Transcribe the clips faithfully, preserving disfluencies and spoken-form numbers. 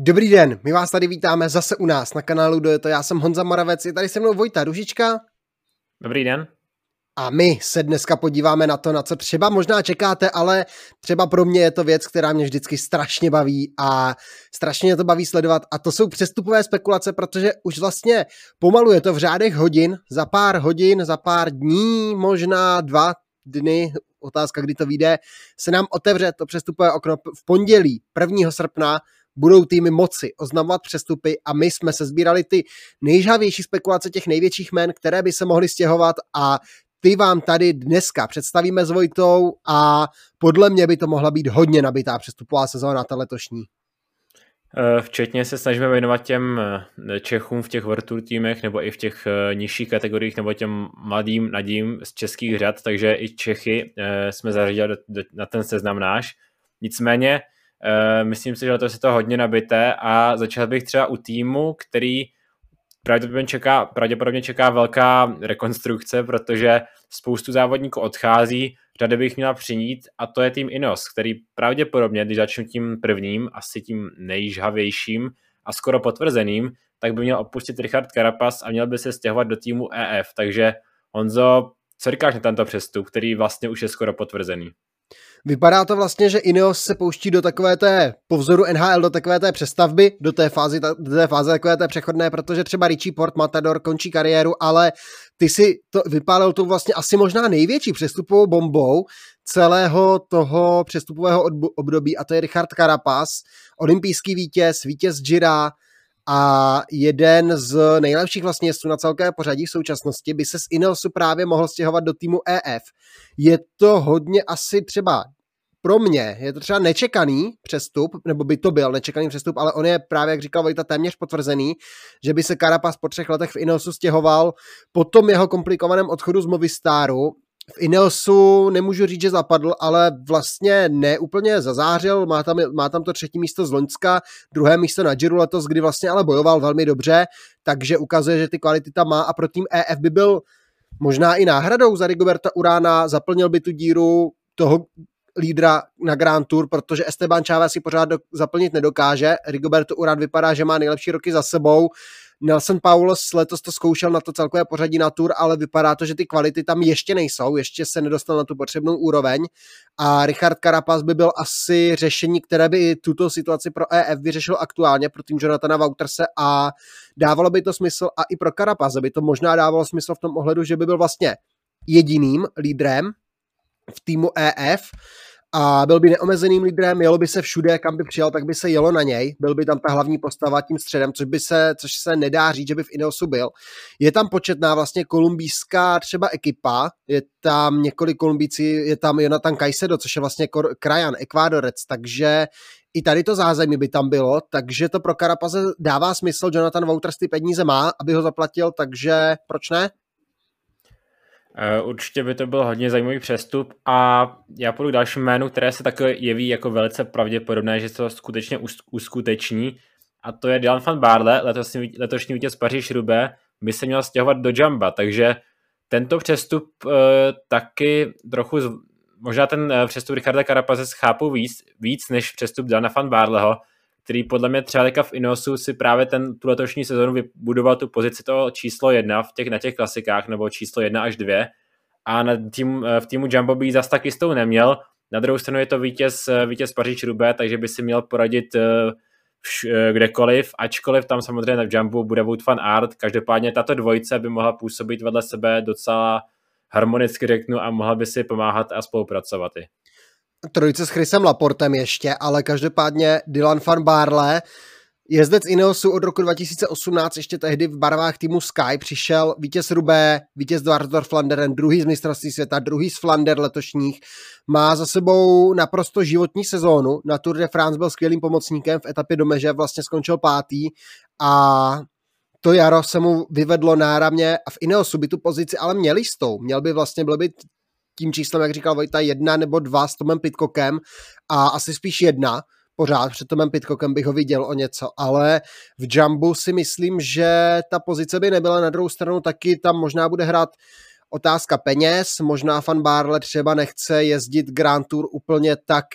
Dobrý den, my vás tady vítáme zase u nás na kanálu Kdo je to. Já jsem Honza Moravec, je tady se mnou Vojta Ružička. Dobrý den. A my se dneska podíváme na to, na co třeba možná čekáte, ale třeba pro mě je to věc, která mě vždycky strašně baví a strašně mě to baví sledovat, a to jsou přestupové spekulace, protože už vlastně pomalu je to v řádech hodin, za pár hodin, za pár dní, možná dva dny, otázka, kdy to vyjde, se nám otevře to přestupové okno v pondělí prvního srpna. Budou týmy moci oznamovat přestupy a my jsme se sbírali ty nejžhavější spekulace těch největších jmen, které by se mohly stěhovat, a ty vám tady dneska představíme s Vojtou a podle mě by to mohla být hodně nabitá přestupová sezóna ta letošní. Včetně se snažíme věnovat těm Čechům v těch World Tour týmech nebo i v těch nižších kategoriích nebo těm mladým nadím z českých řad, takže i Čechy jsme zařadili na ten seznam náš. Nicméně myslím si, že letos je to hodně nabité a začal bych třeba u týmu, který pravděpodobně čeká, pravděpodobně čeká velká rekonstrukce, protože spoustu závodníků odchází, řady bych měla přinít, a to je tým Ineos, který pravděpodobně, když začnu tím prvním, asi tím nejžhavějším a skoro potvrzeným, tak by měl opustit Richard Carapaz a měl by se stěhovat do týmu E F. Takže Honzo, co říkáš na tento přestup, který vlastně už je skoro potvrzený? Vypadá to vlastně, že Ineos se pouští do takové té, po vzoru N H L, do takové té přestavby, do té fázy, do té fáze takové té přechodné, protože třeba Richie Porte, Matador končí kariéru, ale ty si to vypálil tu vlastně asi možná největší přestupovou bombou celého toho přestupového období, a to je Richard Carapaz, olympijský vítěz, vítěz Gira a jeden z nejlepších vlastně jezdců na celké pořadí v současnosti, by se z Ineosu právě mohl stěhovat do týmu E F. Je to hodně asi třeba pro mě, je to třeba nečekaný přestup, nebo by to byl nečekaný přestup, ale on je právě, jak říkal Vojta, téměř potvrzený, že by se Carapaz po třech letech v Ineosu stěhoval po tom jeho komplikovaném odchodu z Movistaru. V Ineosu nemůžu říct, že zapadl, ale vlastně neúplně zazářil, má tam, má tam to třetí místo z Loňska, druhé místo na Giro letos, kdy vlastně ale bojoval velmi dobře, takže ukazuje, že ty kvality tam má, a pro tým E F by byl možná i náhradou za Rigoberta Urana, zaplnil by tu díru toho lídra na Grand Tour, protože Esteban Chávez si pořád do, zaplnit nedokáže. Rigoberto Urán vypadá, že má nejlepší roky za sebou. Nelson Paulos letos to zkoušel na to celkové pořadí na Tour, ale vypadá to, že ty kvality tam ještě nejsou, ještě se nedostal na tu potřebnou úroveň, a Richard Carapaz by byl asi řešení, které by tuto situaci pro E F vyřešilo aktuálně pro tým Jonathana Wouterse, a dávalo by to smysl, a i pro Carapaze by to možná dávalo smysl v tom ohledu, že by byl vlastně jediným lídrem v týmu E F a byl by neomezeným lídrem, jelo by se všude, kam by přijel, tak by se jelo na něj, byl by tam ta hlavní postava tím středem, což by se, což se nedá říct, že by v Ineosu byl. Je tam početná vlastně kolumbijská třeba ekipa, je tam několik Kolumbící, je tam Jonathan Caicedo, což je vlastně krajan, Ekvádorec, takže i tady to zázemí by tam bylo, takže to pro Carapaze dává smysl, Jonathan Wouters ty peníze má, aby ho zaplatil, takže proč ne? Určitě by to byl hodně zajímavý přestup, a já půjdu k dalším jménu, které se takové jeví jako velice pravděpodobné, že se to skutečně uskuteční, a to je Dylan van Baarle, letošní, letošní vítěz Paříž-Roubaix, by se měl stěhovat do Jamba, takže tento přestup e, taky trochu, možná ten přestup Richarda Carapaze chápu víc, víc než přestup Dylana van Baarleho, který podle mě třeba teďka v Ineosu si právě ten, tu letošní sezonu vybudoval tu pozici toho číslo jedna v těch, na těch klasikách, nebo číslo jedna až dvě, a na tým, v týmu Jumbo by zas tak jistou neměl. Na druhou stranu je to vítěz, vítěz Paříž-Roubaix, takže by si měl poradit vš, kdekoliv, ačkoliv tam samozřejmě v Jumbo bude Wout van Aert. Každopádně tato dvojice by mohla působit vedle sebe docela harmonicky, řeknu, a mohla by si pomáhat a spolupracovat i. Trojice s Chrisem Laportem ještě, ale každopádně Dylan van Baarle, jezdec Ineosu od roku dva tisíce osmnáct, ještě tehdy v barvách týmu Sky, přišel vítěz Roubaix, vítěz Dwars Flanderen, druhý z mistrovství světa, druhý z Flander letošních, má za sebou naprosto životní sezónu, na Tour de France byl skvělým pomocníkem, v etapě do Meže vlastně skončil pátý, a to jaro se mu vyvedlo náramně, a v Ineosu by tu pozici ale měl jistou, měl by vlastně, byl by tím číslem, jak říkal Vojta, jedna nebo dva s Tomem Pidcockem, a asi spíš jedna, pořád před Tomem Pidcockem bych ho viděl o něco, ale v Jumbu si myslím, že ta pozice by nebyla, na druhou stranu taky tam možná bude hrát otázka peněz, možná Van Baarle třeba nechce jezdit Grand Tour úplně tak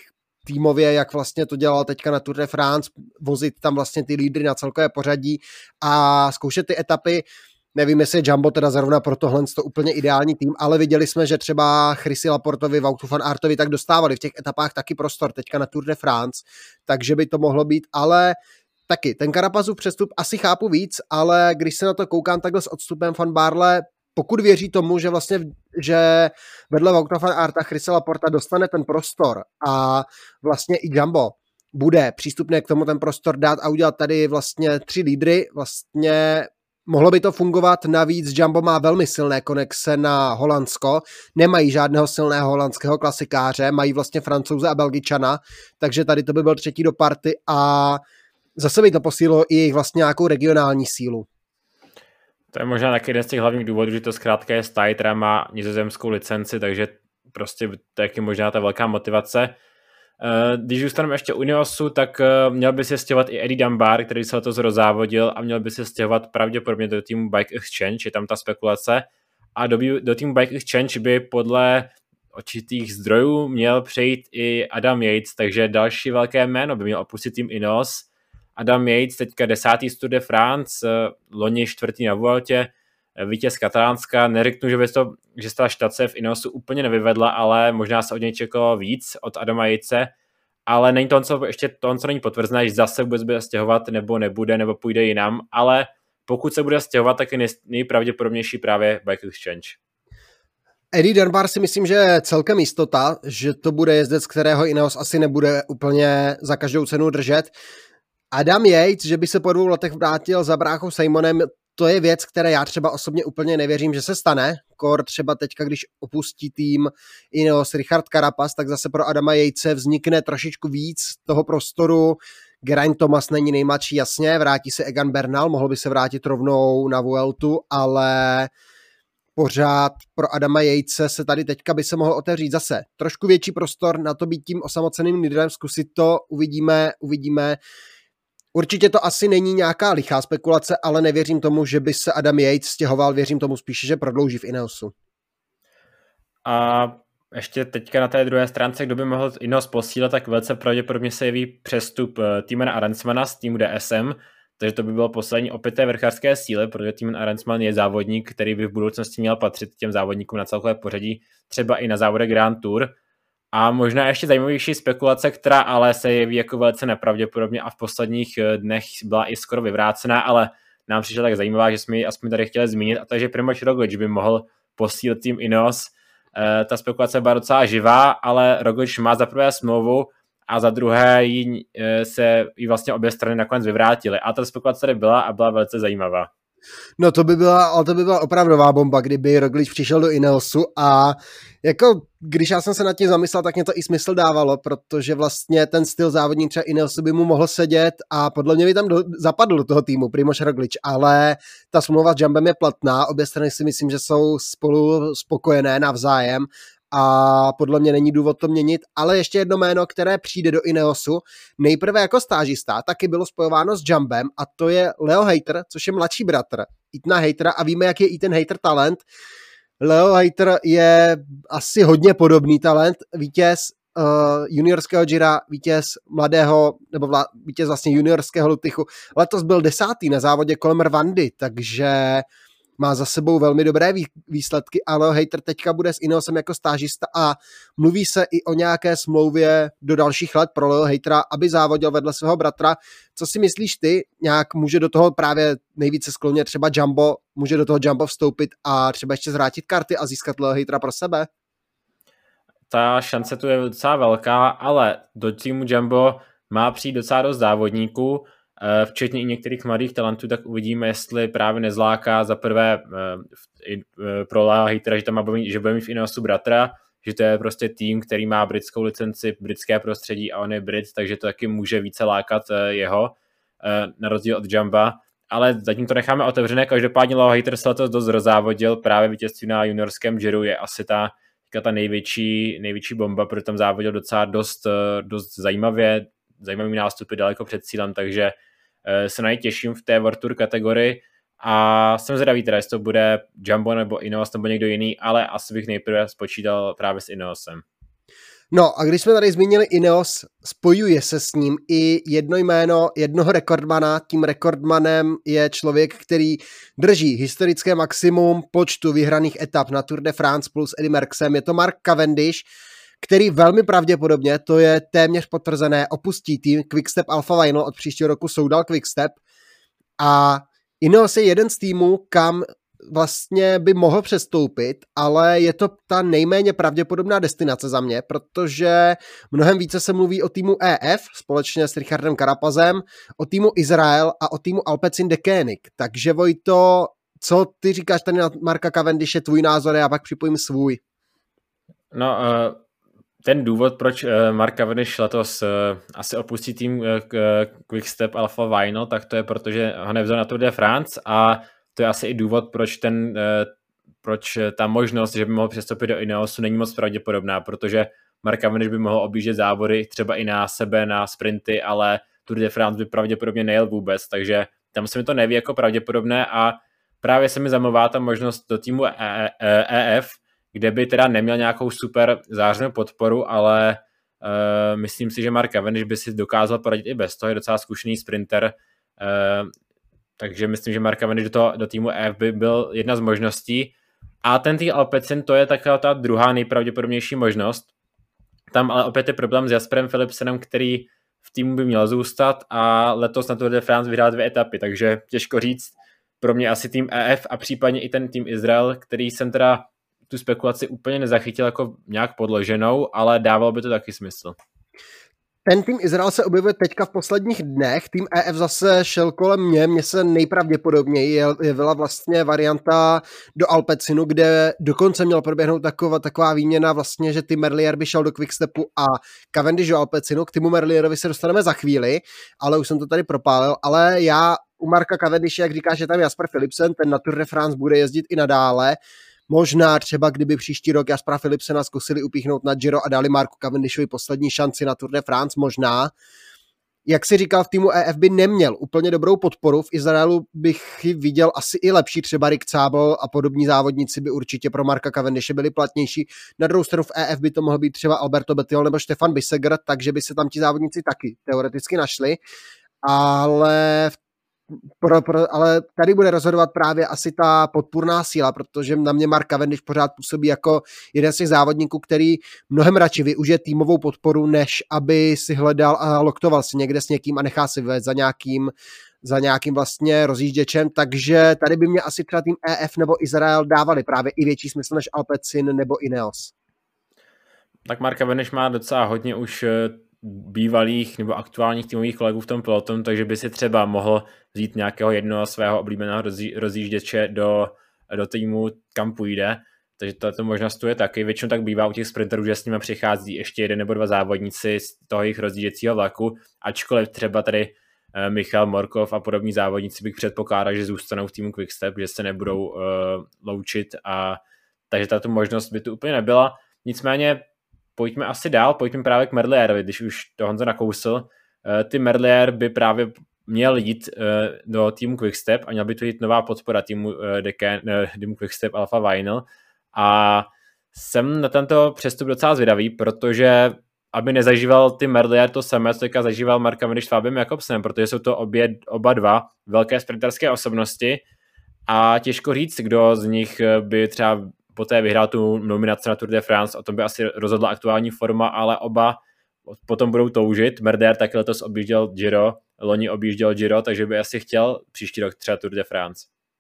týmově, jak vlastně to dělal teďka na Tour de France, vozit tam vlastně ty lídry na celkové pořadí a zkoušet ty etapy. Nevím, jestli je Jumbo teda zrovna pro tohle to úplně ideální tým, ale viděli jsme, že třeba Chrisi Laportovi, Wouthu van Aertovi tak dostávali v těch etapách taky prostor teďka na Tour de France, takže by to mohlo být, ale taky ten Carapazův přestup asi chápu víc, ale když se na to koukám takhle s odstupem Van Baarle, pokud věří tomu, že vlastně, že vedle Woutha van Aerta Chrisi Laporta dostane ten prostor a vlastně i Jumbo bude přístupné k tomu ten prostor dát a udělat tady vlastně tři lídry, vlastně mohlo by to fungovat, navíc Jumbo má velmi silné konexe na Holandsko, nemají žádného silného holandského klasikáře, mají vlastně Francouze a Belgičana, takže tady to by byl třetí do party a zase by to posílilo i jejich vlastně nějakou regionální sílu. To je možná taky jeden z těch hlavních důvodů, že to zkrátka je stáj, která má nizozemskou licenci, takže prostě to je možná ta velká motivace. Když zůstaneme ještě u Ineosu, tak měl by se stěhovat i Eddie Dunbar, který se letos rozzávodil a měl by se stěhovat pravděpodobně do týmu Bike Exchange, je tam ta spekulace. A do, do týmu Bike Exchange by podle určitých zdrojů měl přejít i Adam Yates, takže další velké jméno by měl opustit tým Ineos. Adam Yates, teďka desátý z Tour de France, loni čtvrtý na Vueltě, vítěz Katalánska. Neřeknu, že by to, že ta štace v Ineosu úplně nevyvedla, ale možná se od něj čekalo víc, od Adama Yatese, ale není to, co, ještě to, co není potvrzené, že zase vůbec bude stěhovat, nebo nebude, nebo půjde jinam, ale pokud se bude stěhovat, tak je nejpravděpodobnější právě Bike Exchange. Eddie Dunbar si myslím, že je celkem jistota, že to bude jezdec, kterého Ineos asi nebude úplně za každou cenu držet. Adam Yates, že by se po dvou letech vrátil za bráchou Simonem, to je věc, které já třeba osobně úplně nevěřím, že se stane. Kor třeba teďka, když opustí tým Ineos Richard Carapaz, tak zase pro Adama Yatese vznikne trošičku víc toho prostoru. Geraint Thomas není nejmladší, jasně, vrátí se Egan Bernal, mohl by se vrátit rovnou na Vueltu, ale pořád pro Adama Yatese se tady teďka by se mohl otevřít zase trošku větší prostor na to být tím osamoceným lídrem, zkusit to, uvidíme, uvidíme. Určitě to asi není nějaká lichá spekulace, ale nevěřím tomu, že by se Adam Yates stěhoval, věřím tomu spíše, že prodlouží v Ineosu. A ještě teďka na té druhé stránce, kdo by mohl Ineos posílat, tak velice pravděpodobně se jeví přestup Timena Arensmana z týmu D S M, takže to by bylo poslední opět té vrchářské síly, protože Timen Arensman je závodník, který by v budoucnosti měl patřit těm závodníkům na celkové pořadí, třeba i na závodech Grand Tour. A možná ještě zajímavější spekulace, která ale se jeví jako velice nepravděpodobně a v posledních dnech byla i skoro vyvrácená, ale nám přišla tak zajímavá, že jsme ji aspoň tady chtěli zmínit, a takže Primož Roglič by mohl posílit tým Ineos. E, ta spekulace byla docela živá, ale Roglič má za prvé smlouvu a za druhé jí, e, se jí vlastně obě strany nakonec vyvrátily. A ta spekulace tady byla a byla velice zajímavá. No to by byla, ale to by byla opravdová bomba, kdyby Roglič přišel do Ineosu a jako když já jsem se nad tím zamyslel, tak mě to i smysl dávalo, protože vlastně ten styl závodní třeba Ineosu by mu mohl sedět a podle mě by tam do, zapadl do toho týmu Primož Roglič, ale ta smlouva s Jumbem je platná, obě strany si myslím, že jsou spolu spokojené navzájem a podle mě není důvod to měnit, ale ještě jedno jméno, které přijde do Ineosu, nejprve jako stážista, taky bylo spojováno s Jumbem a to je Leo Hayter, což je mladší bratr Ethana Haytera a víme, jak je Ethan Hayter talent. Leo Hayter je asi hodně podobný talent, vítěz uh, juniorského Gira, vítěz mladého, nebo vlá, vítěz vlastně juniorského Lutychu. Letos byl desátý na závodě kolem Rwandy, takže má za sebou velmi dobré výsledky, ale Hayter teďka bude s Ineosem jako stážista a mluví se i o nějaké smlouvě do dalších let pro Leo Haytera, aby závodil vedle svého bratra. Co si myslíš ty? Nějak může do toho právě nejvíce skloně třeba Jumbo, může do toho Jumbo vstoupit a třeba ještě zvrátit karty a získat Leo Haytera pro sebe? Ta šance tu je docela velká, ale do týmu Jumbo má přijít docela dost závodníků, včetně i některých mladých talentů, tak uvidíme, jestli právě nezláká za prvé pro Lea Haytera, že tam má, že bude mít v Ineosu bratra, že to je prostě tým, který má britskou licenci, britské prostředí a on je Brit, takže to taky může více lákat jeho, na rozdíl od Jumba, ale zatím to necháme otevřené. Každopádně Leo Hayter se letos dost rozzávodil, právě vítězství na juniorském Giru je asi ta, ta největší, největší bomba, protože tam závodil docela dost, dost zajímavě, zajímavý nástupy daleko před cílem, takže se na něj těším v té World Tour kategorii a jsem zvědavý teda, jestli to bude Jumbo nebo Ineos nebo někdo jiný, ale asi bych nejprve spočítal právě s Ineosem. No a když jsme tady zmínili Ineos, spojuje se s ním i jedno jméno jednoho rekordmana. Tím rekordmanem je člověk, který drží historické maximum počtu vyhraných etap na Tour de France plus Eddy Merckxem. Je to Mark Cavendish, který velmi pravděpodobně, to je téměř potvrzené, opustí tým Quickstep Alpha Vinyl, od příštího roku Soudal Quickstep. A Ineos je jeden z týmů, kam vlastně by mohl přestoupit, ale je to ta nejméně pravděpodobná destinace za mě, protože mnohem více se mluví o týmu E F společně s Richardem Carapazem, o týmu Izrael a o týmu Alpecin Deceuninck. Takže Vojto, co ty říkáš tady na Marka Cavendishe, tvůj názor, já pak připojím svůj. No, ten důvod, proč Mark Cavendish letos asi opustí tým Quickstep Alpha Vinyl, tak to je, protože ho nevzal na Tour de France a to je asi i důvod, proč, ten, proč ta možnost, že by mohl přestoupit do Ineosu, není moc pravděpodobná, protože Mark Cavendish by mohl objíždět závody třeba i na sebe, na sprinty, ale Tour de France by pravděpodobně nejel vůbec, takže tam se mi to neví jako pravděpodobné a právě se mi zamluvá ta možnost do týmu E F, kde by teda neměl nějakou super zářnou podporu, ale uh, myslím si, že Mark Cavendish by si dokázal poradit i bez toho, je docela zkušený sprinter, uh, takže myslím, že Mark Cavendish do, toho, do týmu E F by byl jedna z možností. A ten tým Alpecin, to je taková ta druhá nejpravděpodobnější možnost. Tam ale opět je problém s Jasperem Philipsenem, který v týmu by měl zůstat a letos na Tour de France vyhrál dvě etapy, takže těžko říct. Pro mě asi tým E F a případně i ten tým Izrael, který jsem teda tu spekulaci úplně nezachytil jako nějak podloženou, ale dávalo by to taky smysl. Ten tým Izrael se objevuje teďka v posledních dnech, tým E F zase šel kolem mě, mně se nejpravděpodobněji jevila vlastně varianta do Alpecinu, kde dokonce měl proběhnout taková, taková výměna vlastně, že Tim Merlier by šel do Quickstepu a Cavendish do Alpecinu. K Timu Merlierovi se dostaneme za chvíli, ale už jsem to tady propálil, ale já u Marka Cavendishe, jak říká, že tam Jasper Philipsen, ten na Tour de France bude jezdit i nadále. Možná třeba, kdyby příští rok Jaspera Philipsena zkusili upíchnout na Giro a dali Marku Cavendishovi poslední šanci na Tour de France, možná. Jak si říkal, v týmu E F by neměl úplně dobrou podporu, v Izraelu bych viděl asi i lepší, třeba Rick Zabel a podobní závodníci by určitě pro Marka Cavendishe byli platnější. Na druhou stranu v E F by to mohl být třeba Alberto Bettiol nebo Stefan Bissegger, takže by se tam ti závodníci taky teoreticky našli, ale v Pro, pro, ale tady bude rozhodovat právě asi ta podpůrná síla, protože na mě Mark Cavendish pořád působí jako jeden z těch závodníků, který mnohem radši využije týmovou podporu, než aby si hledal a loktoval si někde s někým a nechá si vyvést za nějakým, za nějakým vlastně rozjížděčem, takže tady by mě asi třeba tým E F nebo Izrael dávali právě i větší smysl než Alpecin nebo Ineos. Tak Mark Cavendish má docela hodně už bývalých nebo aktuálních týmových kolegů v tom pelotonu, takže by si třeba mohl vzít nějakého jednoho svého oblíbeného rozjížděče do, do týmu, kam půjde. Takže tato možnost tu je taky. Většinou tak bývá u těch sprinterů, že s nimi přichází ještě jeden nebo dva závodníci z toho jejich rozjížděcího vlaku, ačkoliv třeba tady Michal Morkov a podobní závodníci bych předpokládal, že zůstanou v týmu Quickstep, že se nebudou uh, loučit, a takže tato možnost by tu úplně nebyla. Nicméně pojďme asi dál, pojďme právě k Merlierovi, když už to Honza nakousl. Ty Merlier by právě měl jít do týmu Quickstep a měl by to jít nová podpora týmu, týmu Quickstep Alpha Vinyl a jsem na tento přestup docela zvědavý, protože aby nezažíval ty Merlier to samé, co teďka zažíval Mark Cavendish s Fabiem Jakobsenem, protože jsou to obě, oba dva velké sprinterské osobnosti a těžko říct, kdo z nich by třeba poté vyhrál tu nominaci na Tour de France, o tom by asi rozhodla aktuální forma, ale oba potom budou toužit. Merlier taky letos objížděl Giro, loni objížděl Giro, takže by asi chtěl příští rok třeba Tour de France.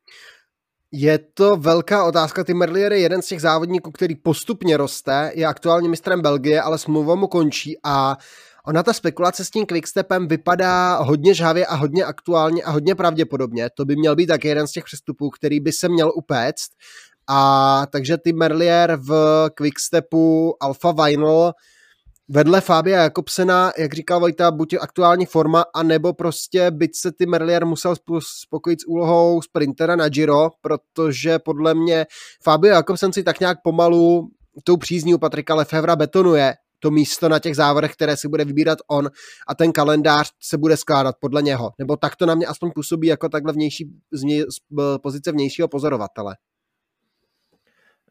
Je to velká otázka. Tim Merlier je jeden z těch závodníků, který postupně roste, je aktuálně mistrem Belgie, ale smlouva mu končí a ona ta spekulace s tím Quickstepem vypadá hodně žhavě a hodně aktuálně a hodně pravděpodobně. To by měl být taky jeden z těch přestupů, který by se měl upéct. A takže Tim Merlier v Quickstepu Alpha Vinyl vedle Fabia Jakobsena, jak říkal Vojta, buď aktuální forma, anebo prostě byť se Tim Merlier musel spokojit s úlohou sprintera na Giro, protože podle mě Fabio Jakobsen si tak nějak pomalu tou přízní u Patrika Lefevra betonuje to místo na těch závodech, které si bude vybírat on, a ten kalendář se bude skládat podle něho. Nebo tak to na mě aspoň působí jako takhle vnější, z pozice vnějšího pozorovatele.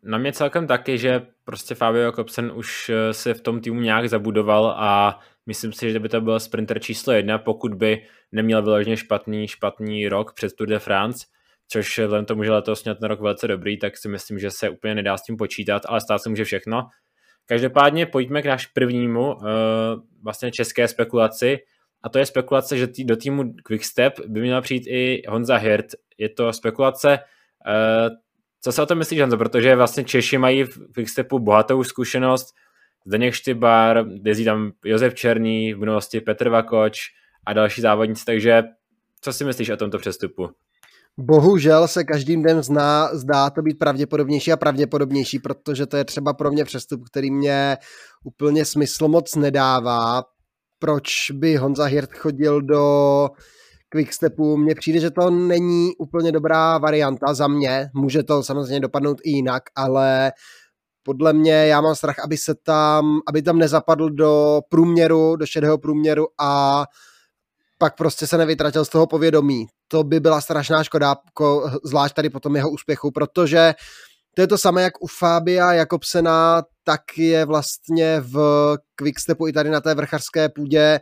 Na mě celkem taky, že prostě Fabio Jakobsen už se v tom týmu nějak zabudoval a myslím si, že by to byl sprinter číslo jedna, pokud by neměl vyloženě špatný, špatný rok před Tour de France, což vzhledem tomu, že letos měl ten rok velice dobrý, tak si myslím, že se úplně nedá s tím počítat, ale stát se může všechno. Každopádně pojďme k náš prvnímu uh, vlastně české spekulaci, a to je spekulace, že tý, do týmu Quickstep by měl přijít i Honza Hirt. Je to spekulace, uh, co se o tom myslíš, Honzo, protože vlastně Češi mají v Quickstepu bohatou zkušenost, Zdeněk Štybar, jezdí tam Josef Černý, v minulosti Petr Vakoč a další závodníci, takže co si myslíš o tomto přestupu? Bohužel se každým dnem zná, zdá to být pravděpodobnější a pravděpodobnější, protože to je třeba pro mě přestup, který mě úplně smysl moc nedává. Proč by Honza Hirt chodil do Quickstepu? Mně přijde, že to není úplně dobrá varianta za mě. Může to samozřejmě dopadnout i jinak, ale podle mě já mám strach, aby se tam, aby tam nezapadl do průměru, do šedého průměru a pak prostě se nevytratil z toho povědomí. To by byla strašná škoda, zvlášť tady potom jeho úspěchu, protože to je to samé jak u Fabia Jakobsena, tak je vlastně v Quickstepu i tady na té vrchařské půdě,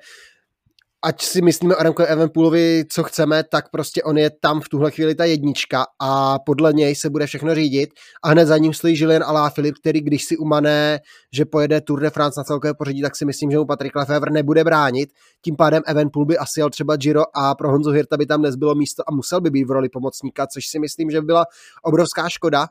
ať si myslíme o Remco Evenepoelovi, co chceme, tak prostě on je tam v tuhle chvíli ta jednička a podle něj se bude všechno řídit a hned za ním stojí Julien Alaphilippe, který když si umane, že pojede Tour de France na celkové pořadí, tak si myslím, že mu Patrick Lefevre nebude bránit. Tím pádem Evenepoel by asi jel třeba Giro a pro Honzu Hirta by tam nezbylo místo a musel by být v roli pomocníka, což si myslím, že by byla obrovská škoda.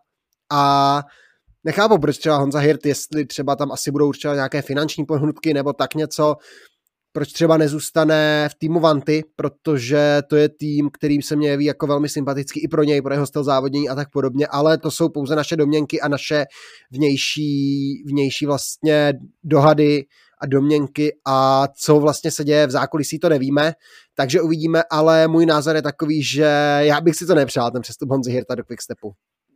A nechápu, proč třeba Honza Hirt, jestli třeba tam asi budou určitě nějaké finanční pohnutky nebo tak něco, proč třeba nezůstane v týmu Vanty, protože to je tým, kterým se mě jeví jako velmi sympatický i pro něj, pro jeho styl závodění a tak podobně, ale to jsou pouze naše domněnky a naše vnější, vnější vlastně dohady a domněnky a co vlastně se děje v zákulisí, to nevíme, takže uvidíme, ale můj názor je takový, že já bych si to nepřál, ten přestup Honzy Hirta do Quickstepu.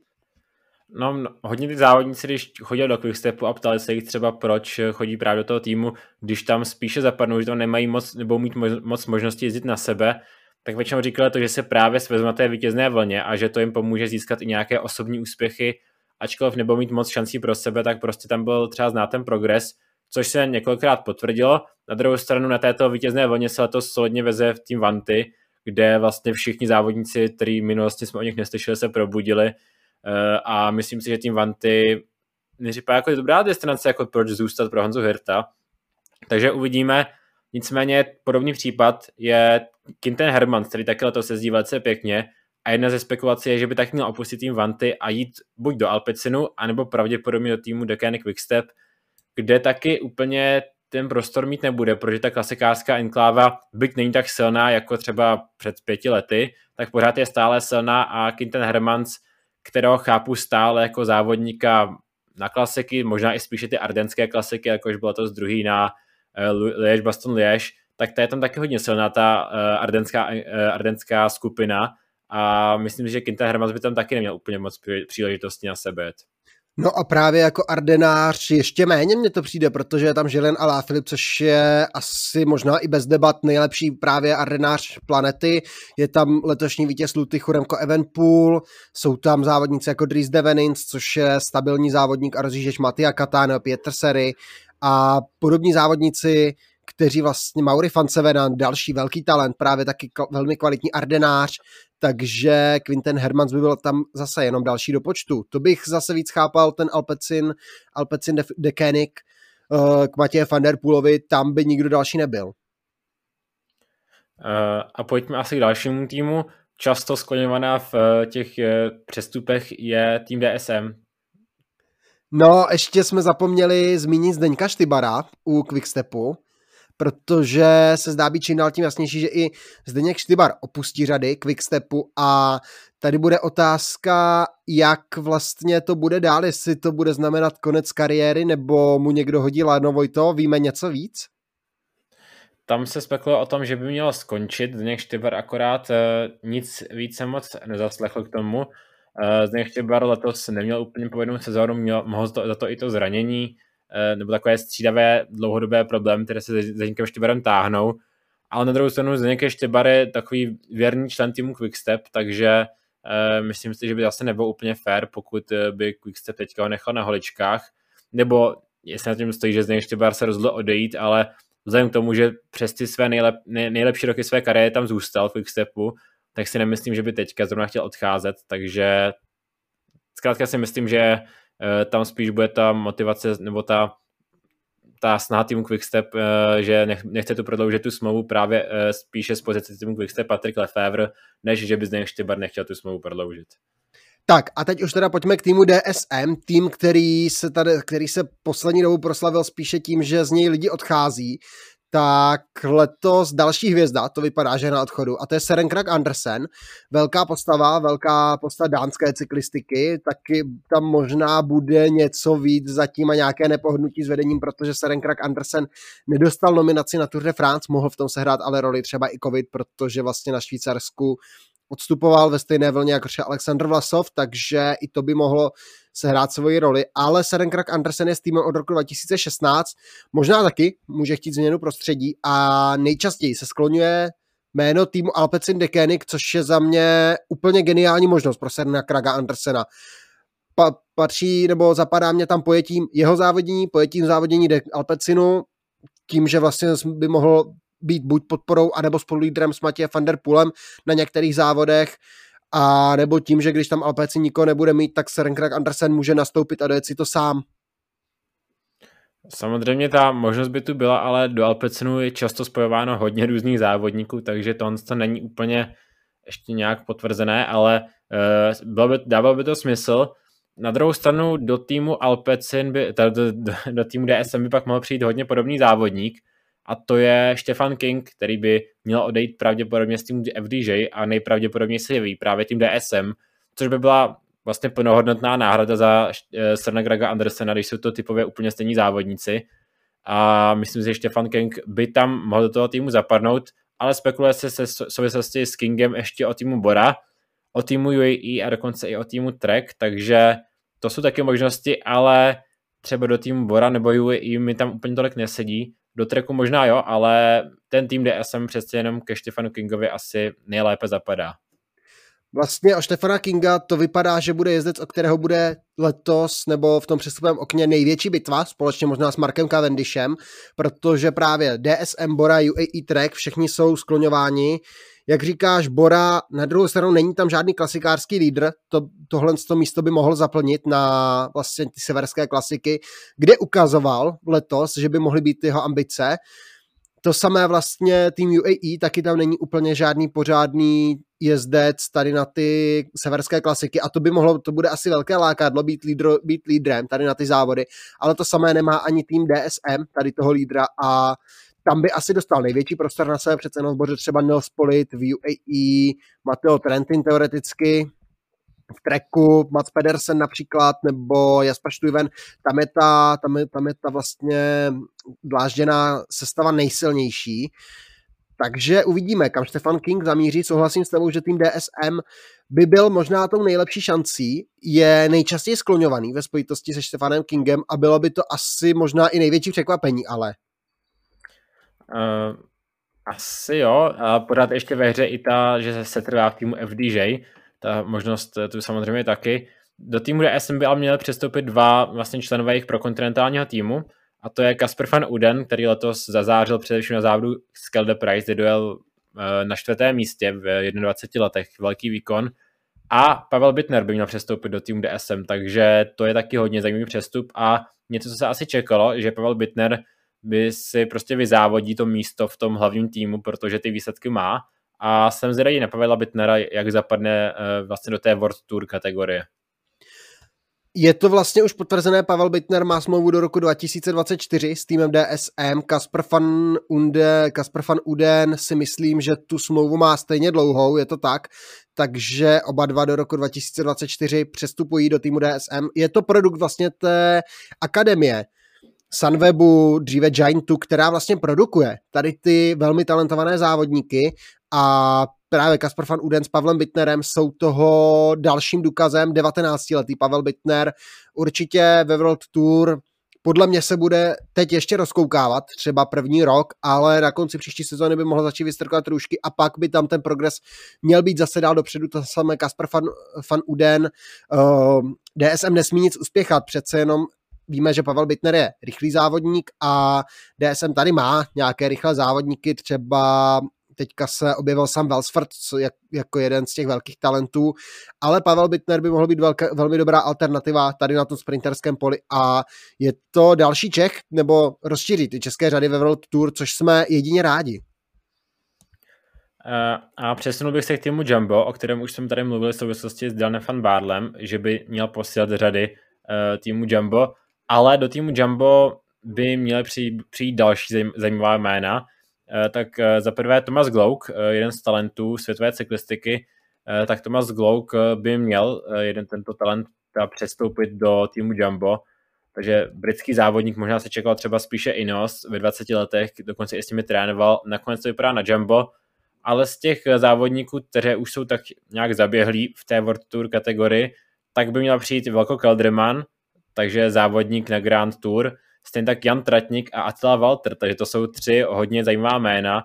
No, hodně ty závodníci, když chodili do Quickstepu a ptali se jich třeba, proč chodí právě do toho týmu, když tam spíše zapadnou, že to nemají moc, nebo mít moc možnosti jezdit na sebe, tak většinou říkali to, že se právě svezme na té vítězné vlně a že to jim pomůže získat i nějaké osobní úspěchy, ačkoliv nebudou mít moc šancí pro sebe, tak prostě tam byl třeba znát ten progres, což se několikrát potvrdilo. Na druhou stranu na této vítězné vlně se letos solidně veze v tým Vanty, kde vlastně všichni závodníci, kteří minulosti jsme o nich neslyšeli, se probudili. A myslím si, že tým Vanty neříká jako dobrá destinace, jako proč zůstat pro Honzu Hirta. Takže uvidíme. Nicméně podobný případ je Quinten Hermans, který taky letos jezdí velice pěkně a jedna ze spekulací je, že by tak měl opustit tým Vanty a jít buď do Alpecinu, anebo pravděpodobně do týmu Deceuninck Quickstep, kde taky úplně ten prostor mít nebude, protože ta klasikářská enkláva, byť není tak silná jako třeba před pěti lety, tak pořád je stále silná a Quinten Hermans, kterého chápu stále jako závodníka na klasiky, možná i spíše ty ardenské klasiky, jakož bylo to z druhý na Liège, Baston Liège, tak to je tam taky hodně silná ta ardenská, ardenská skupina a myslím, že Quinten Hermans by tam taky neměl úplně moc příležitosti na sebe. No a právě jako ardenář ještě méně mně to přijde, protože je tam Julien Alaphilippe, což je asi možná i bez debat nejlepší právě ardenář planety. Je tam letošní vítěz Lutychu Remco Evenepoel, jsou tam závodníci jako Dries de Venins, což je stabilní závodník a rozjížděč Mattia Cattaneo, Pieter Seri a podobní závodníci, kteří vlastně Mauri van Sevenen, další velký talent, právě taky velmi kvalitní ardenář, takže Quinten Hermans by byl tam zase jenom další do počtu. To bych zase víc chápal ten Alpecin, Alpecin Deceuninck k Matěje van der Poelovi, tam by nikdo další nebyl. A pojďme asi k dalšímu týmu. Často skloňovaná v těch přestupech je tým D S M. No, ještě jsme zapomněli zmínit Zdeňka Štybara u Quickstepu, protože se zdá být čím dál tím jasnější, že i Zdeněk Štybar opustí řady Quickstepu a tady bude otázka, jak vlastně to bude dál, jestli to bude znamenat konec kariéry, nebo mu někdo hodí Lano Vojto, víme něco víc? Tam se spekuluje o tom, že by mělo skončit Zdeněk Štybar, akorát nic víc se moc nezaslechl k tomu. Zdeněk Štybar letos neměl úplně povedenou sezónu, měl, mohl za to i to zranění, nebo takové střídavé dlouhodobé problémy, které se s Zdeňkem Štybarem táhnou, ale na druhou stranu Zdeněk Štybar je takový věrný člen týmu Quickstep, takže myslím si, že by zase nebylo úplně fair, pokud by Quickstep teďka ho nechal na holičkách, nebo jestli na tím stojí, že Zdeněk Štybar se rozhodl odejít, ale vzhledem k tomu, že přes ty své nejlep, nej, nejlepší roky své kariéry tam zůstal v Quickstepu, tak si nemyslím, že by teďka zrovna chtěl odcházet, takže zkrátka si myslím, že tam spíš bude ta motivace nebo ta, ta snaha týmu Quickstep, že nechce tu prodloužit tu smlouvu právě spíše z pozice týmu Quickstep Patrick Lefevre, než že by Zdeněk Štybar nechtěl tu smlouvu prodloužit. Tak a teď už teda pojďme k týmu D S M, tým, který se, tady, který se poslední dobou proslavil spíše tím, že z něj lidi odchází, tak letos další hvězda, to vypadá, že na odchodu, a to je Søren Kragh Andersen, velká postava, velká postava dánské cyklistiky, taky tam možná bude něco víc zatím a nějaké nepohodnutí s vedením, protože Søren Kragh Andersen nedostal nominaci na Tour de France, mohl v tom sehrát ale roli třeba i covid, protože vlastně na Švýcarsku odstupoval ve stejné vlně jako třeba Alexander Vlasov, takže i to by mohlo sehrát svoji roli, ale Søren Kragh Andersen je s týmem od roku dva tisíce šestnáct, možná taky může chtít změnu prostředí a nejčastěji se skloňuje jméno týmu Alpecin Deceuninck, což je za mě úplně geniální možnost pro Sørena Kragha Andersena. Pa, patří, nebo zapadá mě tam pojetím jeho závodění, pojetím závodění De- Alpecinu, tím, že vlastně by mohl být buď podporou, anebo spolulídrem s Mathieu van der Poelem na některých závodech, a nebo tím, že když tam Alpecin nikoho nebude mít, tak Søren Kragh Andersen může nastoupit a dojet si to sám. Samozřejmě ta možnost by tu byla, ale do Alpecinu je často spojováno hodně různých závodníků, takže to, to není úplně ještě nějak potvrzené, ale uh, bylo by, dávalo by to smysl. Na druhou stranu do týmu Alpecin by, do, do, do týmu D S M by pak mohl přijít hodně podobný závodník, a to je Stefan King, který by měl odejít pravděpodobně s týmu F D J a nejpravděpodobněji se jeví právě tým D S M, což by byla vlastně plnohodnotná náhrada za Sørena Kragha Andersena, když jsou to typově úplně stejní závodníci. A myslím si, že Stefan King by tam mohl do toho týmu zapadnout, ale spekuluje se se souvislosti s Kingem ještě o týmu Bora, o týmu U A E a dokonce i o týmu Trek, takže to jsou taky možnosti, ale třeba do týmu Bora nebo U A E mi tam úplně tolik nesedí. Do Treku možná jo, ale ten tým D S M přece jenom ke Stefanu Kingovi asi nejlépe zapadá. Vlastně o Stefana Kinga to vypadá, že bude jezdec, o kterého bude letos nebo v tom přestupovém okně největší bitva, společně možná s Markem Cavendishem, protože právě D S M, Bora, U A E Trek, všichni jsou skloňováni. Jak říkáš, Bora, na druhou stranu není tam žádný klasikářský lídr, to, tohle to místo by mohl zaplnit na vlastně ty severské klasiky, kde ukazoval letos, že by mohly být jeho ambice. To samé vlastně tým U A E, taky tam není úplně žádný pořádný jezdec tady na ty severské klasiky a to by mohlo, to bude asi velké lákadlo být, lídro, být lídrem tady na ty závody, ale to samé nemá ani tým D S M, tady toho lídra, a tam by asi dostal největší prostor na sebe, přece jenom v Boře třeba Nils Politt, v U A E, Matteo Trentin teoreticky, v Treku Mats Pedersen například, nebo Jasper Stuyven, tam je ta, tam je, tam je ta vlastně dlážděná sestava nejsilnější. Takže uvidíme, kam Stefan King zamíří. Souhlasím s tebou, že tým D S M by byl možná tou nejlepší šancí, je nejčastěji skloňovaný ve spojitosti se Stefanem Kingem a bylo by to asi možná i největší překvapení, ale... Uh, asi jo, a pořád ještě ve hře i ta, že se trvá v týmu F D J, ta možnost tu samozřejmě taky. Do týmu D S M by ale měli přestoupit dva vlastně členové jejich prokontinentálního týmu, a to je Casper van Uden, který letos zazářil především na závodu Skelde Price, kde dojel na čtvrtém místě v dvaceti jedné letech, velký výkon. A Pavel Bittner by měl přestoupit do týmu D S M, takže to je taky hodně zajímavý přestup a něco, co se asi čekalo, že Pavel Bittner by si prostě vyzávodí to místo v tom hlavním týmu, protože ty výsledky má. A jsem zvědavý na Pavela Bittnera, jak zapadne vlastně do té World Tour kategorie. Je to vlastně už potvrzené, Pavel Bittner má smlouvu do roku dva tisíce dvacet čtyři s týmem D S M, Casper van Uden, Casper van Uden si myslím, že tu smlouvu má stejně dlouhou, je to tak, takže oba dva do roku dva tisíce dvacet čtyři přestupují do týmu D S M. Je to produkt vlastně té akademie Sunwebu, dříve Giantu, která vlastně produkuje tady ty velmi talentované závodníky a právě Casper van Uden s Pavlem Bittnerem jsou toho dalším důkazem. devatenáctiletý Pavel Bittner určitě ve World Tour podle mě se bude teď ještě rozkoukávat, třeba první rok, ale na konci příští sezóny by mohl začít vystrkovat růžky a pak by tam ten progres měl být zase dál dopředu. To samé Kasper van, van Uden, uh, D S M nesmí nic uspěchat, přece jenom víme, že Pavel Bittner je rychlý závodník a D S M tady má nějaké rychlé závodníky, třeba teďka se objevil Sam Welsford jak, jako jeden z těch velkých talentů, ale Pavel Bittner by mohl být velká, velmi dobrá alternativa tady na tom sprinterském poli a je to další Čech, nebo rozšíří ty české řady ve World Tour, což jsme jedině rádi. A přesunul bych se k týmu Jumbo, o kterém už jsem tady mluvil v souvislosti s Dylanem van Baarlem, že by měl posílat řady uh, týmu Jumbo, ale do týmu Jumbo by měly přijít, přijít další zajímavá jména. Uh, tak uh, za prvé Thomas Glouk, uh, jeden z talentů světové cyklistiky, uh, tak Thomas Glouk uh, by měl uh, jeden tento talent přestoupit do týmu Jumbo, takže britský závodník, možná se čekal třeba spíše Ineos ve dvaceti letech, dokonce i s nimi trénoval, nakonec to vypadá na Jumbo, ale z těch závodníků, kteří už jsou tak nějak zaběhlí v té World Tour kategorii, tak by měl přijít Velko Kelderman, takže závodník na Grand Tour, stejně tak Jan Tratnik a Attila Valter, takže to jsou tři hodně zajímavá jména.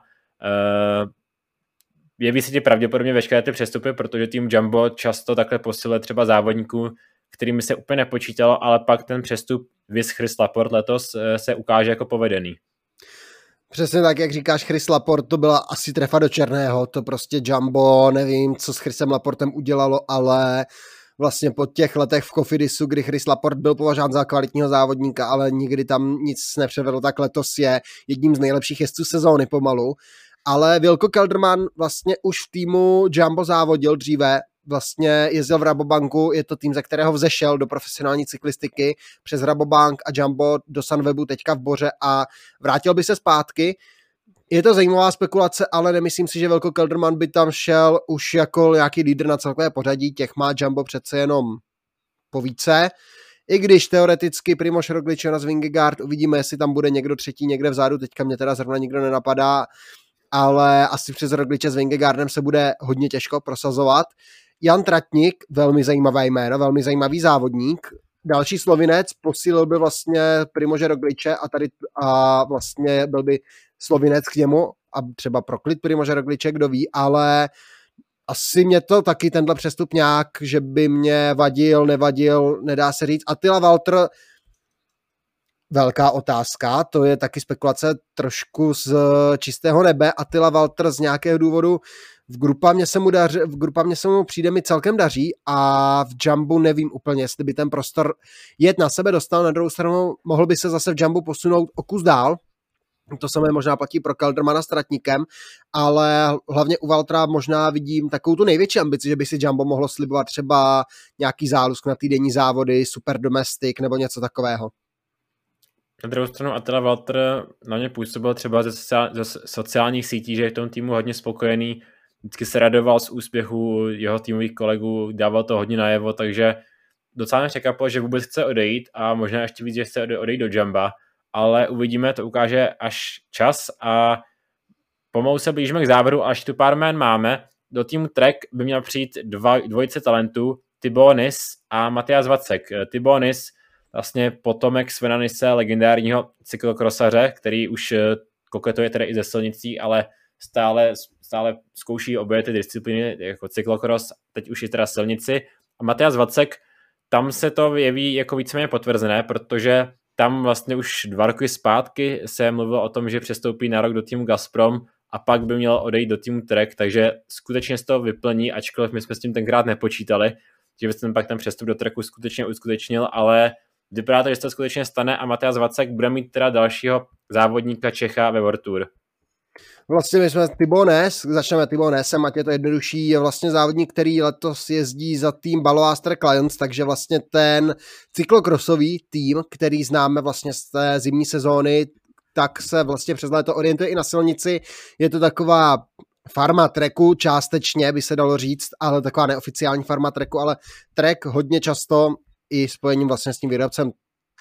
Jeví se ti pravděpodobně veškeré ty přestupy, protože tým Jumbo často takhle posiluje třeba závodníků, kterými se úplně nepočítalo, ale pak ten přestup vis Chris Laporte letos se ukáže jako povedený. Přesně tak, jak říkáš, Chris Laporte, to byla asi trefa do černého, to prostě Jumbo, nevím, co s Chrisem Laportem udělalo, ale vlastně po těch letech v Cofidisu, kdy Chris Laporte byl považován za kvalitního závodníka, ale nikdy tam nic nepřevedl, tak letos je jedním z nejlepších jezdců sezóny pomalu. Ale Wilco Kelderman vlastně už v týmu Jumbo závodil dříve, vlastně jezdil v Rabobanku, je to tým, ze kterého vzešel do profesionální cyklistiky přes Rabobank a Jumbo do Sunwebu teďka v Boře a vrátil by se zpátky. Je to zajímavá spekulace, ale nemyslím si, že Wilco Kelderman by tam šel už jako nějaký lídr na celkové pořadí, těch má Jumbo přece jenom po více. I když teoreticky Primož Roglič, Jonas Vingegaard, uvidíme, jestli tam bude někdo třetí někde vzadu, teďka mě teda zrovna nikdo nenapadá, ale asi přes Rogliče s Vingegaardem se bude hodně těžko prosazovat. Jan Tratnik, velmi zajímavé jméno, velmi zajímavý závodník. Další Slovinec, posílil by vlastně Primože Rogliče a tady a vlastně byl by Slovinec k němu a třeba proklit Primože Rogliče, kdo ví, ale asi mě to taky tenhle přestup nějak, že by mě vadil, nevadil, nedá se říct. Attila Valter, velká otázka, to je taky spekulace trošku z čistého nebe. Attila Valter z nějakého důvodu v Grupamě se mu, daři, v Grupamě se mu přijde mi celkem daří a v Jumbu nevím úplně, jestli by ten prostor jet na sebe dostal, na druhou stranu mohl by se zase v Jumbu posunout o kus dál. To samé možná platí pro Keldermana s Tratníkem, ale hlavně u Valtra možná vidím takovou tu největší ambici, že by si Jumbo mohlo slibovat třeba nějaký zálusk na týdenní závody, super domestik nebo něco takového. Na druhou stranu Attila Valter na mě působil třeba ze, sociál, ze sociálních sítí, že je v tom týmu hodně spokojený, vždycky se radoval z úspěchu jeho týmových kolegů, dával to hodně najevo, takže docela mě překvapilo, že vůbec chce odejít a možná ještě víc, že chce odejít do Jumba, ale uvidíme, to ukáže až čas a pomalu se blížíme k závěru, až tu pár jmén máme. Do týmu Trek by měl přijít dva, dvojice talentů, Thibaut Nis a Matthias Vacek. Thibaut Nis, vlastně potomek Svena Nisse, legendárního cyklokrosaře, který už koketuje tedy i ze silnicí, ale stále, stále zkouší obě ty disciplíny, jako cyklokros, teď už je teda silnici. A Matthias Vacek, tam se to jeví jako víceméně potvrzené, protože tam vlastně už dva roky zpátky se mluvilo o tom, že přestoupí na rok do týmu Gazprom a pak by měl odejít do týmu Trek, takže skutečně z toho vyplní, ačkoliv my jsme s tím tenkrát nepočítali, že by ten pak ten přestup do Treku skutečně uskutečnil, ale vypadá to, že se to skutečně stane a Matthias Vacek bude mít teda dalšího závodníka Čecha ve World Tour. Vlastně my jsme Thibaut Nis, začneme Thibaut Nisem, ať je to jednodušší, je vlastně závodník, který letos jezdí za tým Baloaster Clients, takže vlastně ten cyklokrosový tým, který známe vlastně z té zimní sezóny, tak se vlastně přes léto orientuje i na silnici. Je to taková farma Treku, částečně by se dalo říct, ale taková neoficiální farma Treku, ale Trek hodně často i spojením vlastně s tím výrobcem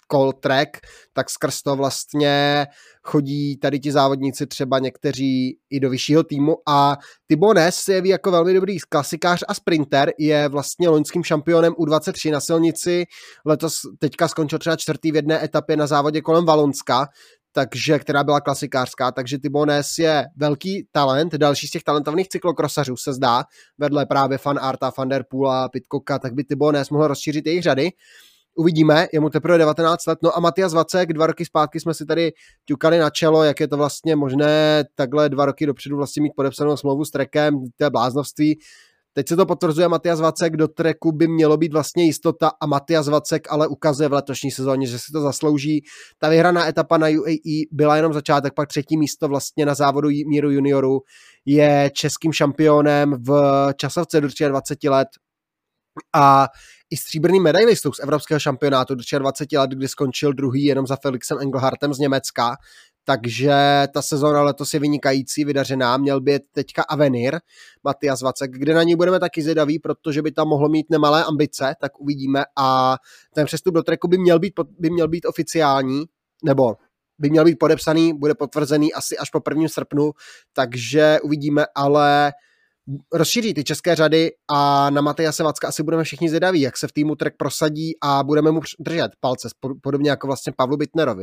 kol track, tak skrz to vlastně chodí tady ti závodníci třeba někteří i do vyššího týmu a Thibaut Ness se jeví jako velmi dobrý klasikář a sprinter, je vlastně loňským šampionem U dvacet tři na silnici, letos teďka skončil třeba čtvrtý v jedné etapě na závodě kolem Valonska, takže, která byla klasikářská, takže Thibaut Ness je velký talent, další z těch talentovaných cyklokrosařů se zdá, vedle právě Van Aerta, Van der Poola, Pidcocka, tak by Thibaut Ness mohl rozšířit jejich řady. Uvidíme, je mu teprve devatenáct let, no a Matthias Vacek, dva roky zpátky jsme si tady ťukali na čelo, jak je to vlastně možné takhle dva roky dopředu vlastně mít podepsanou smlouvu s Trekem, to je bláznovství. Teď se to potvrzuje, Matthias Vacek, do Treku by mělo být vlastně jistota a Matthias Vacek ale ukazuje v letošní sezóně, že si to zaslouží. Ta vyhraná etapa na U A E byla jenom začátek, pak třetí místo vlastně na závodu míru juniorů, je českým šampionem v časovce do dvacet tři let a i stříbrným medailistou z evropského šampionátu do dvacet tři let, kdy skončil druhý jenom za Felixem Engelhardtem z Německa. Takže ta sezóna letos je vynikající, vydařená, měl být teďka Avenir, Matthias Vacek, kde na ní budeme taky zvědaví, protože by tam mohlo mít nemalé ambice, tak uvidíme a ten přestup do Treku by měl být, by měl být oficiální, nebo by měl být podepsaný, bude potvrzený asi až po prvním srpnu, takže uvidíme, ale rozšíří ty české řady a na Matthiase Vacka asi budeme všichni zvědaví, jak se v týmu Trek prosadí a budeme mu držet palce, podobně jako vlastně Pavlu Bittnerovi.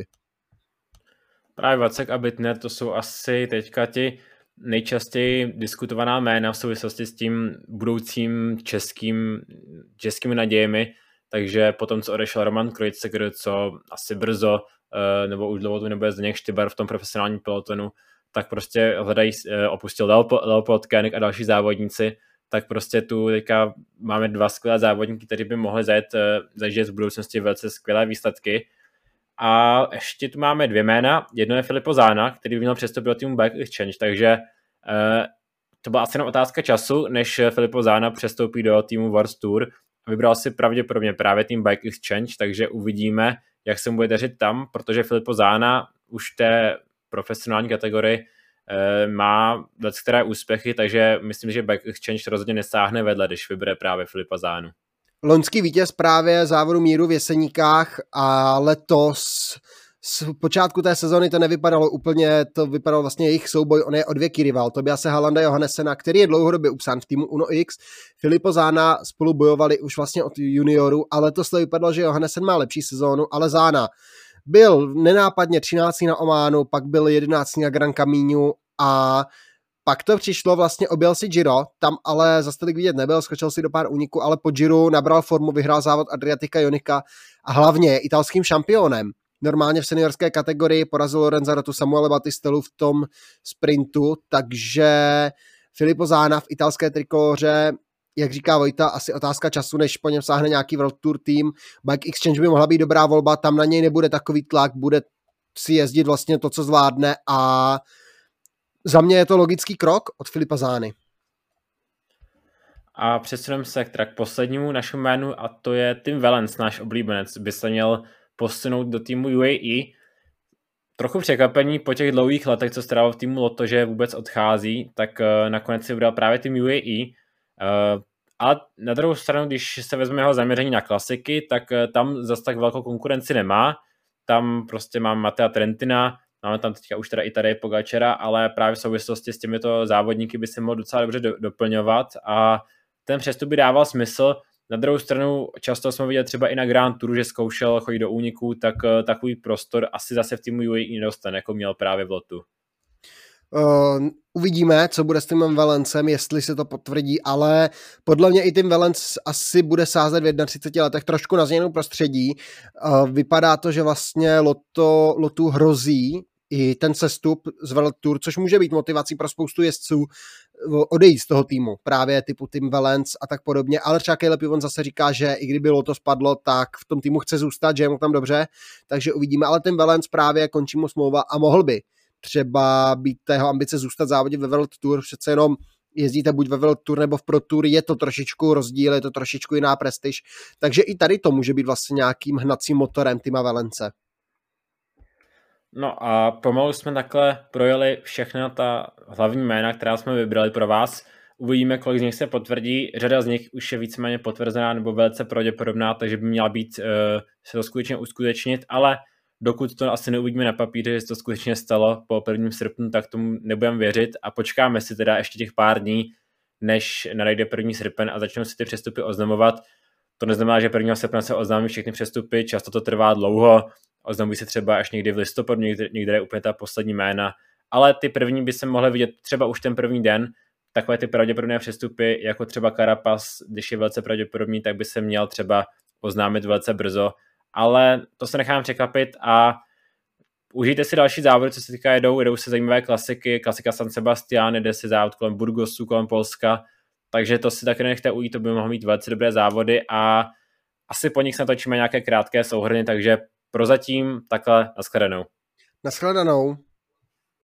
Právě Vacek a Bittner to jsou asi teďka ti nejčastěji diskutovaná jména v souvislosti s tím budoucím českým, českými nadějemi, takže potom, co odešel Roman Kreuzer, co asi brzo, nebo už dlouho to nebude Zdeněk Štybar v tom profesionálním pelotonu, tak prostě hledají, opustil Leopold Koenig a další závodníci, tak prostě tu teďka máme dva skvělé závodníky, kteří by mohli zajet, zažít v budoucnosti velice skvělé výsledky. A ještě tu máme dvě jména. Jedno je Filippo Zana, který by měl přestoupit do týmu Bike Exchange, takže uh, to byla asi jenom otázka času, než Filippo Zana přestoupí do týmu World Tour. Vybral si pravděpodobně právě tým Bike Exchange, takže uvidíme, jak se mu bude dařit tam, protože Filippo Zana už v té profesionální kategorii uh, má leckteré úspěchy, takže myslím, že Bike Exchange rozhodně nesáhne vedle, když vybere právě Filippa Zánu. Loňský vítěz právě závodu míru v Jeseníkách a letos z počátku té sezony to nevypadalo úplně, to vypadalo vlastně jejich souboj, on je odvěký rival, Tobiase Hallanda Johannessena, který je dlouhodobě upsán v týmu Uno X, Filippo Zana spolu bojovali už vlastně od junioru, ale letos to vypadalo, že Johannessen má lepší sezónu, ale Zana byl nenápadně třináctý na Ománu, pak byl jedenáctý na Gran Caminu a pak to přišlo, vlastně objel si Giro, tam ale zase tolik vidět nebyl, skočil si do pár úniků, ale po Giru nabral formu, vyhrál závod Adriatica Ionica a hlavně je italským šampionem. Normálně v seniorské kategorii porazil Lorenza Rotu, Samuele Battistelu v tom sprintu, takže Filippo Zana v italské trikóře, jak říká Vojta, asi otázka času, než po něm sáhne nějaký World Tour tým. Bike Exchange by mohla být dobrá volba, tam na něj nebude takový tlak, bude si jezdit vlastně to, co zvládne a za mě je to logický krok od Filippa Zány. A přesuneme se k poslednímu našemu jménu a to je Tim Wellens, náš oblíbenec, by se měl posunout do týmu U A E. Trochu překvapení po těch dlouhých letech, co strávil v týmu Lotto, že vůbec odchází, tak uh, nakonec si vybral právě tým U A E. Uh, ale na druhou stranu, když se vezme jeho zaměření na klasiky, tak uh, tam zase tak velkou konkurenci nemá. Tam prostě mám Matea Trentina, máme tam teďka už teda i tady Pogačara, ale právě v souvislosti s těmito závodníky by se mohl docela dobře do, doplňovat a ten přestup by dával smysl. Na druhou stranu často jsme viděli třeba i na Grand Touru, že zkoušel chodit do úniků, tak uh, takový prostor asi zase v týmu U A E nedostane, jako měl právě v Lotu. Uh, uvidíme, co bude s Timem Wellensem, jestli se to potvrdí, ale podle mě i Tim Wellens asi bude sázet v třiceti jedné letech trošku na změnu prostředí. Uh, vypadá to, že vlastně Lotto, Lotu hrozí i ten sestup z World Tour, což může být motivací pro spoustu jezdců odejít z toho týmu, právě typu Tim Wellens a tak podobně, ale třeba Caleb Ewan zase říká, že i kdyby Lotto spadlo, tak v tom týmu chce zůstat, že je mu tam dobře, takže uvidíme, ale Tim Wellens právě končí mu smlouva a mohl by třeba být tého ambice zůstat závodit ve World Tour, přece jenom jezdíte buď ve World Tour nebo v Pro Tour, je to trošičku rozdíl, je to trošičku jiná prestiž, takže i tady to může být vlastně nějakým hnacím motorem Tima Wellence. No a pomalu jsme takhle projeli všechna ta hlavní jména, která jsme vybrali pro vás. Uvidíme, kolik z nich se potvrdí. Řada z nich už je víceméně potvrzená nebo velice pravděpodobná, takže by měla být uh, se to skutečně uskutečnit, ale dokud to asi neuvidíme na papíře, že se to skutečně stalo po prvním srpnu, tak tomu nebudeme věřit a počkáme si teda ještě těch pár dní, než nadejde první srpen a začnou si ty přestupy oznamovat. To neznamená, že prvního srpna se oznámí všechny přestupy, často to trvá dlouho, oznamují se třeba až někdy v listopadu, někde, někde je úplně ta poslední jména, ale ty první by se mohly vidět třeba už ten první den. Takové ty pravděpodobné přestupy, jako třeba Carapaz, když je velice pravděpodobný, tak by se měl třeba oznámit velice brzo, ale to se nechám překvapit a užijte si další závody, co se týká jedou, jedou se zajímavé klasiky, klasika San Sebastián, jde si závod kolem Burgosu, kolem Polska, takže to si taky nechte ujít, to by mohlo mít velice dobré závody a asi po nich se natočíme nějaké krátké souhrny, takže prozatím takhle nashledanou. Nashledanou.